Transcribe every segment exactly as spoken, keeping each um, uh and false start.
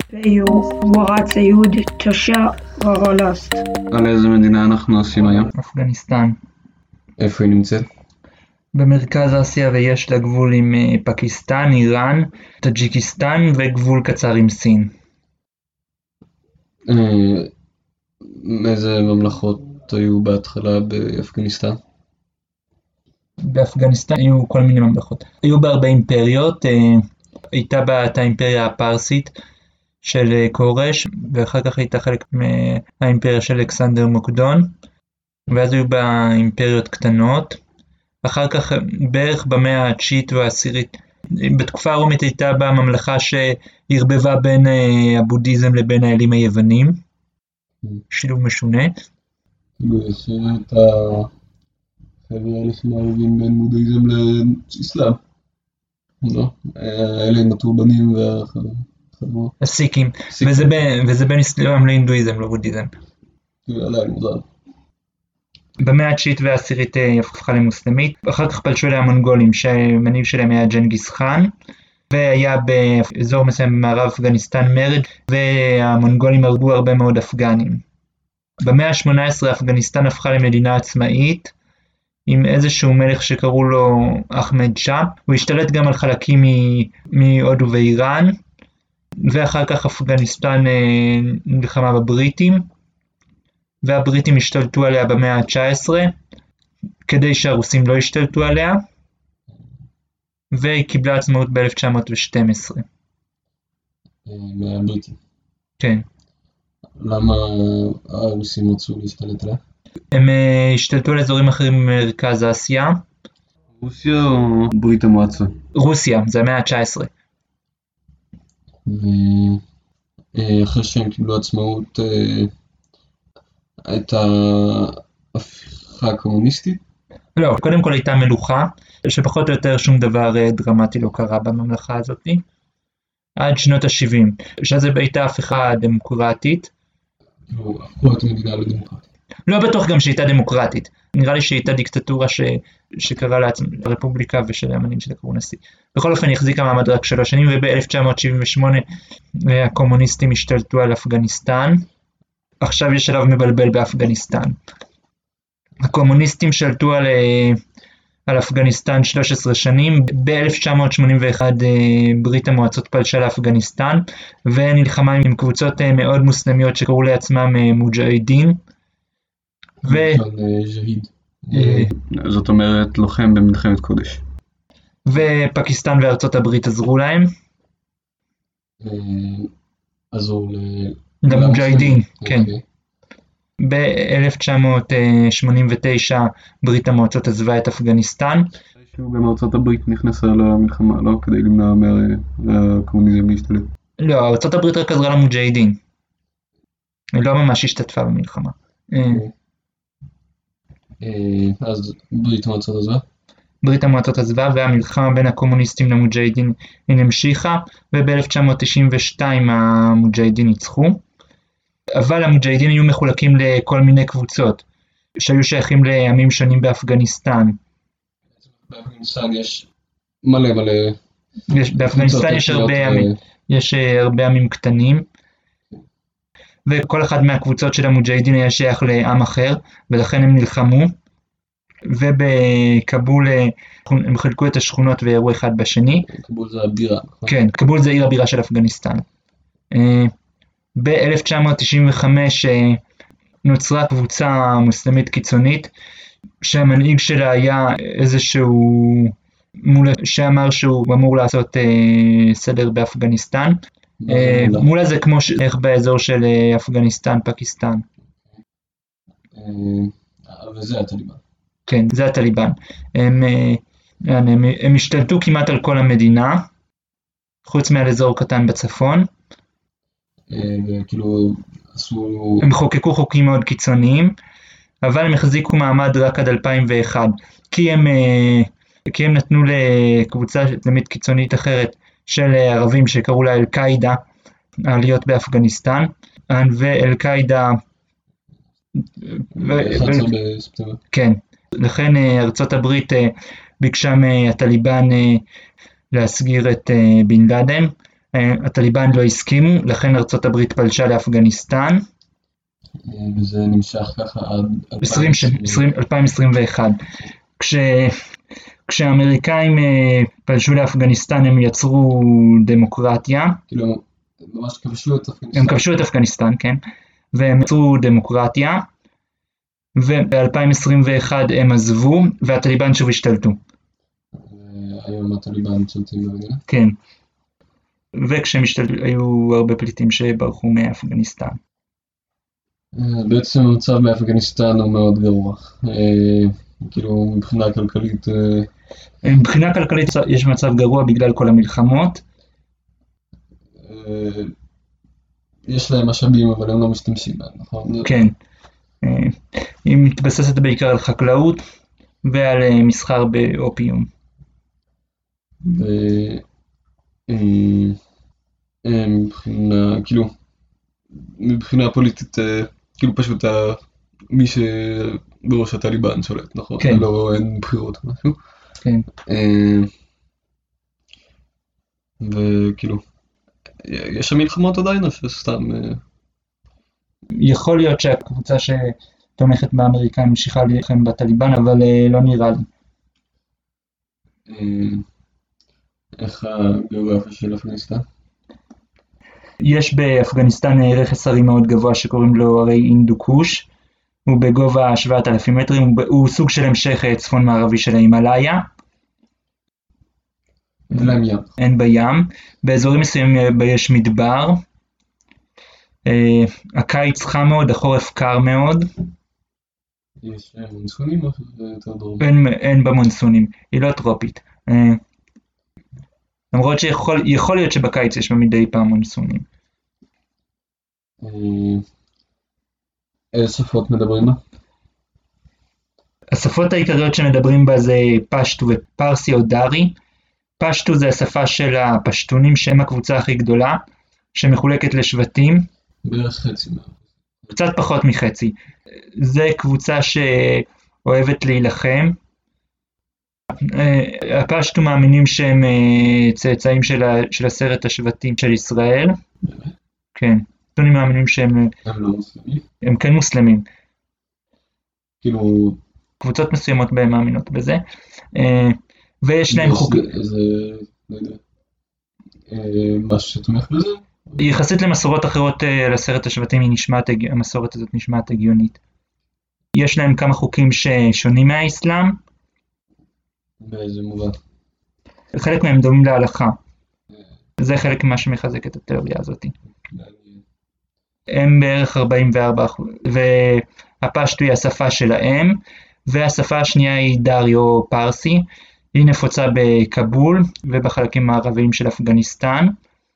והוא רץ היהוד תשע ורלסט. על איזה מדינה אנחנו עושים היום? אפגניסטן. איפה היא נמצאת? במרכז אסיה ויש לה גבול עם פקיסטן, איראן, טאג'יקיסטן וגבול קצר עם סין. איזה ממלכות היו בהתחלה באפגניסטן? באפגניסטן היו כל מיני ממלכות. היו בהרבה אימפריות, הייתה בה את האימפריה הפרסית של קורש, ואחר כך הייתה חלק מהאימפריה של אלכסנדר מוקדון, ואז היו בה אימפריות קטנות. אחר כך בערך במאה התשיעית והעשירית, בתקופה הרומית הייתה בה ממלכה שהרבבה בין הבודהיזם לבין האלים היוונים, שילוב משונה. יש את החבר'ה האלה שמערבים בין בודהיזם לאסלאם, לא? האלה נטורבנים והחברות. הסיקים, וזה בין אסלאם להינדואיזם, לא בודהיזם. עליי מוזר. במאה התשיעית והעשירית היא הפכה למוסלמית, אחר כך פלשו אליה המונגולים שהמנהיג שלהם היה ג'נגיס חאן, והיה באזור מסוים במערב אפגניסטן מרד, והמונגולים הרגו הרבה מאוד אפגנים. במאה ה-שמונה עשרה אפגניסטן הפכה למדינה עצמאית, עם איזשהו מלך שקראו לו אחמד שאה, הוא השתלט גם על חלקים מהודו ואיראן, ואחר כך אפגניסטן נלחמה בבריטים, והבריטים השתלטו עליה במאה ה-תשע עשרה, כדי שהרוסים לא השתלטו עליה, והיא קיבלה עצמאות ב-אלף תשע מאות ושתים עשרה. מהבריטים? כן. למה הרוסים רצו להשתלט עליה? הם השתלטו על אזורים אחרים במרכז אסיה. רוסיה או ברית המועצות? רוסיה, זה המאה ה-תשע עשרה. ואחרי שהם קיבלו עצמאות, הייתה הפיכה קומוניסטית? לא, קודם כל הייתה מלוכה, שפחות או יותר שום דבר דרמטי לא קרה בממלכה הזאת, עד שנות ה-שבעים, שזה הייתה הפיכה דמוקרטית. לא, הפכו את המדינה לדמוקרטית. לא בטוח גם שהייתה דמוקרטית, נראה לי שהייתה דיקטטורה ש... שקראה לעצמה הרפובליקה ושל המנהיג של הקראו נשיא. בכל אופן החזיקה מעמד רק שלוש שנים, וב-אלף תשע מאות שבעים ושמונה הקומוניסטים השתלטו על אפגניסטן. עכשיו יש שלב מבלבל באפגניסטן. הקומוניסטים שלטו על, על אפגניסטן שלוש עשרה שנים, ב-אלף תשע מאות שמונים ואחת ברית המועצות פלשה לאפגניסטן, ונלחמה עם קבוצות מאוד מוסלמיות שקראו לעצמם מוג'אהידין. ו... זאת אומרת לוחם במלחמת קודש. ופקיסטן וארצות הברית עזרו להם. עזרו ל... למוג'אהידין, כן. ב-אלף תשע מאות שמונים ותשע ברית המועצות עזבה את אפגניסטן. גם ארצות הברית נכנסה למלחמה, לא? כדי למנוע מהקומוניזם להשתלט. לא, ארצות הברית רק עזרה למוג'אהידין. היא לא ממש השתתפה במלחמה. אז ברית המועצות עזבה? ברית המועצות עזבה, והמלחמה בין הקומוניסטים למוג'אהידין היא המשיכה, וב-אלף תשע מאות תשעים ושתיים המוג'אהידין ניצחו. אבל המוג'אהידין היו מחולקים לכל מיני קבוצות, שהיו שייכים לעמים שונים באפגניסטן. באפגניסטן יש מלא מלא... יש, באפגניסטן יש הרבה עמים, יש הרבה עמים קטנים, וכל אחד מהקבוצות של המוג'אהידין היה שייך לעם אחר, ולכן הם נלחמו, ובקבול הם חילקו את השכונות וירו אחד בשני. קבול זה הבירה. כן, קבול זה עיר הבירה של אפגניסטן. ב-אלף תשע מאות תשעים וחמש נוצרה קבוצה מוסלמית קיצונית, שהמנהיג שלה היה איזשהו מולה שאמר שהוא אמור לעשות סדר באפגניסטן. מולה זה כמו איך באזור של אפגניסטן, פקיסטן. וזה הטליבן. כן, זה הטליבן. הם, הם, הם השתלטו כמעט על כל המדינה, חוץ מעל אזור קטן בצפון. וכאילו עשו... הם חוקקו חוקים מאוד קיצוניים, אבל הם החזיקו מעמד רק עד אלפיים ואחת, כי הם, כי הם נתנו לקבוצה אסלאמית קיצונית אחרת של ערבים שקראו לה אל-קאידה, להיות באפגניסטן, ואל-קאידה... כן, לכן ארצות הברית ביקשה מהטליבן להסגיר את בן לאדן, הטליבן לא הסכימו, לכן ארצות הברית פלשה לאפגניסטן. וזה נמשך ככה עד אלפיים עשרים ואחת. כש... כשהאמריקאים פלשו לאפגניסטן הם יצרו דמוקרטיה. כאילו, ממש כבשו את אפגניסטן. הם כבשו את אפגניסטן, כן. והם יצרו דמוקרטיה. וב-אלפיים עשרים ואחת הם עזבו, והטליבן שוב השתלטו. היום הטליבן משתלטים במדינה? כן. וכשהם השתלטו, היו הרבה פליטים שברחו מאפגניסטן. בעצם המצב באפגניסטן הוא מאוד גרוע. כאילו מבחינה כלכלית... מבחינה כלכלית יש מצב גרוע בגלל כל המלחמות. יש להם משאבים אבל הם לא משתמשים בהם, נכון? כן. היא מתבססת בעיקר על חקלאות ועל מסחר באופיום. מבחינה, כאילו, מבחינה פוליטית, כאילו פשוט מי שבראש הטליבן שולט, נכון? כן. לא, אין בחירות או משהו. כן. וכאילו, יש שם מלחמות עדיין או שסתם... יכול להיות שהקבוצה שתומכת באמריקאים ממשיכה להילחם בטליבן, אבל לא נראה לי. איך הגיאוגרפיה של אפגניסטן? יש באפגניסטן רכס הרים מאוד גבוה שקוראים לו הרי אינדו-קוש, הוא בגובה שבעת אלפים מטרים, הוא סוג של המשך צפון מערבי של ההימאליה. אין להם ים. אין בים, באזורים מסוימים יש מדבר, הקיץ חם מאוד, החורף קר מאוד. יש מונסונים או שזה יותר דרום? אין, אין במונסונים, היא לא טרופית. למרות שיכול להיות שבקיץ יש בה מדי פעם מונסונים. איזה שפות מדברים בה? השפות העיקריות שמדברים בה זה פשטו ופרסי או דרי. פשטו זה השפה של הפשטונים שהם הקבוצה הכי גדולה, שמחולקת לשבטים. בערך חצי. קצת פחות מחצי. זה קבוצה שאוהבת להילחם. הפשטו מאמינים שהם צאצאים של, ה, של עשרת השבטים של ישראל. באמת? כן. הפשטונים מאמינים שהם... הם לא מוסלמים? הם כן מוסלמים. כאילו... קבוצות מסוימות בהם מאמינות בזה. ויש להם חוק... איזה... לא יודע. משהו שתומך בזה? יחסית למסורות אחרות לעשרת השבטים, היא נשמעת, המסורת הזאת נשמעת הגיונית. יש להם כמה חוקים ששונים מהאסלאם. באיזה מובן? חלק מהם דומים להלכה. זה חלק ממה שמחזק את התיאוריה הזאת. הם בערך ארבעים וארבע אחוז, והפשטו היא השפה שלהם, והשפה השנייה היא דרי או פרסי, היא נפוצה בקבול ובחלקים הערביים של אפגניסטן,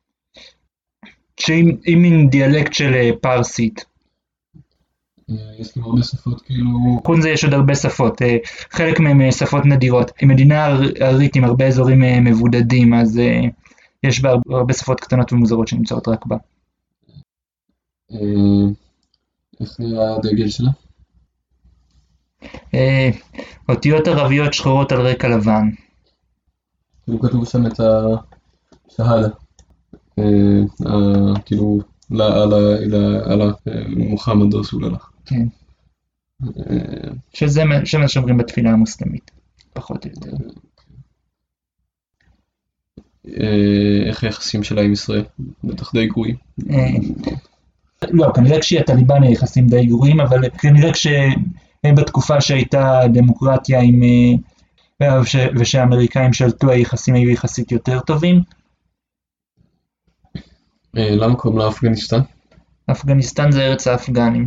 שהיא מין דיאלקט של פרסית. יש לנו הרבה שפות כאילו... חוץ זה יש עוד הרבה שפות, חלק מהן שפות נדירות. היא מדינה ארית עם הרבה אזורים מבודדים, אז יש בה הרבה שפות קטנות ומוזרות שנמצאות רק בה. איך נראה הדגל שלה? אותיות ערביות שחורות על רקע לבן. כאילו כתוב שם את השהדה. כאילו, על מוחמד רסול אללה. כן. שזה מה שאומרים בתפילה המוסלמית, פחות או יותר. איך היחסים שלה עם ישראל? בטח די גרועים. לא, כנראה כשהיא הטליבן היחסים די גרועים, אבל כנראה כשהם בתקופה שהייתה דמוקרטיה עם... ושהאמריקאים שלטו, היחסים היו יחסית יותר טובים. למה קוראים לה אפגניסטן? אפגניסטן זה ארץ האפגנים.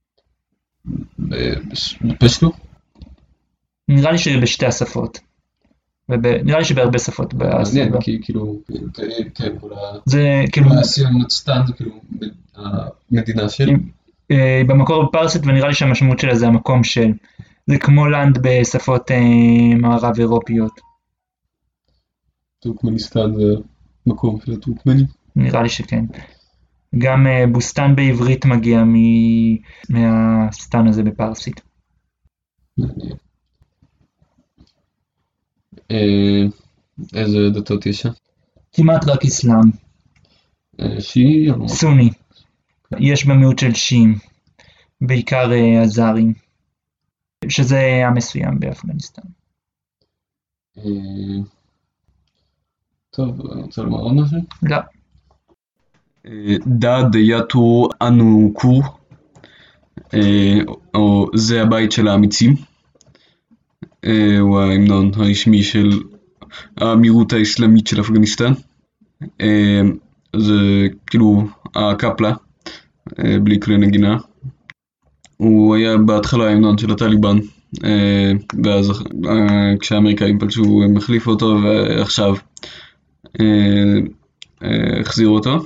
בפשטו? נראה לי שבשתי השפות. נראה לי שבהרבה שפות. מעניין, כי כאילו, כן, זה כאילו... אפגניסטן זה כאילו המדינה של... במקור בפרסית, ונראה לי שהמשמעות שלה זה המקום של... זה כמו לנד בשפות מערב אירופיות. טורקמניסטן זה מקום של הטורקמנים? נראה לי שכן. גם בוסטן בעברית מגיע מהסטן הזה בפרסית. איזה דתות יש שם? כמעט רק אסלאם. אה, שיעי או... סוני. יש בה מיעוט של שיעים, בעיקר אה, הזרים, שזה המסוים באפגניסטן. אה, טוב, אני רוצה לומר עוד משהו? לא. אה, דה דייתו אנו קור, אה, או זה הבית של האמיצים, אה, הוא ההמנון הרשמי של האמירות האסלאמית של אפגניסטן. אה, זה כאילו הקפלה, אה, בלי כלי נגינה. הוא היה בהתחלה ההמנון של הטליבן, אה, ואז אה, כשהאמריקאים פלשו הם החליפו אותו, ועכשיו אה, אה, החזירו אותו.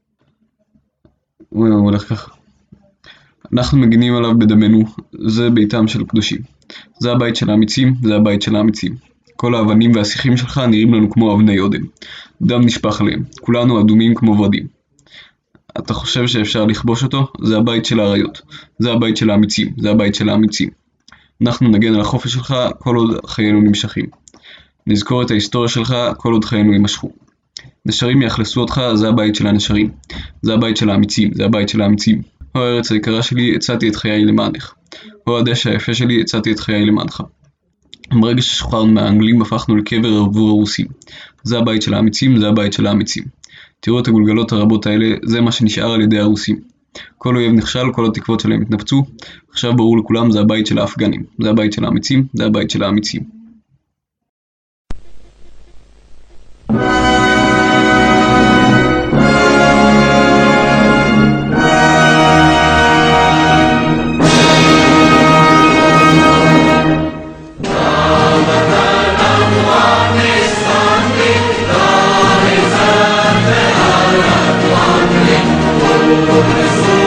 הוא הולך ככה: אנחנו מגינים עליו בדמנו, זה ביתם של הקדושים. זה הבית של האמיצים, זה הבית של האמיצים. כל האבנים והשיחים שלך נראים לנו כמו אבני אודם. דם נשפך עליהם, כולנו אדומים כמו ורדים. אתה חושב שאפשר לכבוש אותו? זה הבית של האריות. זה הבית של האמיצים, זה הבית של האמיצים. אנחנו נגן על החופש שלך כל עוד חיינו נמשכים. נזכור את ההיסטוריה שלך כל עוד חיינו יימשכו. נשרים יאכלסו אותך, זה הבית של הנשרים. זה הבית של האמיצים, זה הבית של האמיצים. הו הארץ היקרה שלי, הצעתי את חיי למענך. הו הדשא היפה שלי, הצעתי את חיי למענך. ברגע ששוחררנו מהאנגלים, הפכנו לקבר עבור הרוסים. זה הבית של האמיצים, זה הבית של האמיצים. תראו את הגולגלות הרבות האלה, זה מה שנשאר על ידי הרוסים. כל אויב נכשל, כל התקוות שלהם התנפצו. עכשיו ברור לכולם, זה הבית של האפגנים. זה הבית של האמיצים, זה הבית של האמיצים. Thank you.